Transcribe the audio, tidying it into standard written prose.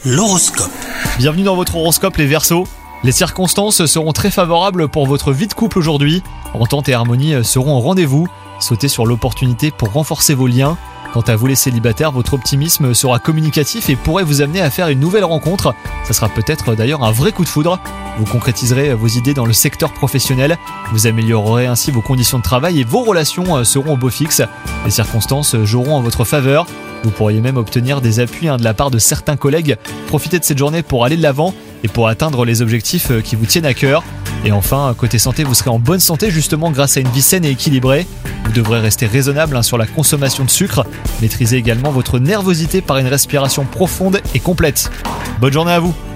L'horoscope. Bienvenue dans votre horoscope les Verseaux. Les circonstances seront très favorables pour votre vie de couple aujourd'hui. Entente et harmonie seront au rendez-vous. Sautez sur l'opportunité pour renforcer vos liens. Quant à vous les célibataires, votre optimisme sera communicatif et pourrait vous amener à faire une nouvelle rencontre. Ça sera peut-être d'ailleurs un vrai coup de foudre. Vous concrétiserez vos idées dans le secteur professionnel. Vous améliorerez ainsi vos conditions de travail et vos relations seront au beau fixe. Les circonstances joueront en votre faveur. Vous pourriez même obtenir des appuis de la part de certains collègues. Profitez de cette journée pour aller de l'avant et pour atteindre les objectifs qui vous tiennent à cœur. Et enfin, côté santé, vous serez en bonne santé justement grâce à une vie saine et équilibrée. Vous devrez rester raisonnable sur la consommation de sucre. Maîtrisez également votre nervosité par une respiration profonde et complète. Bonne journée à vous!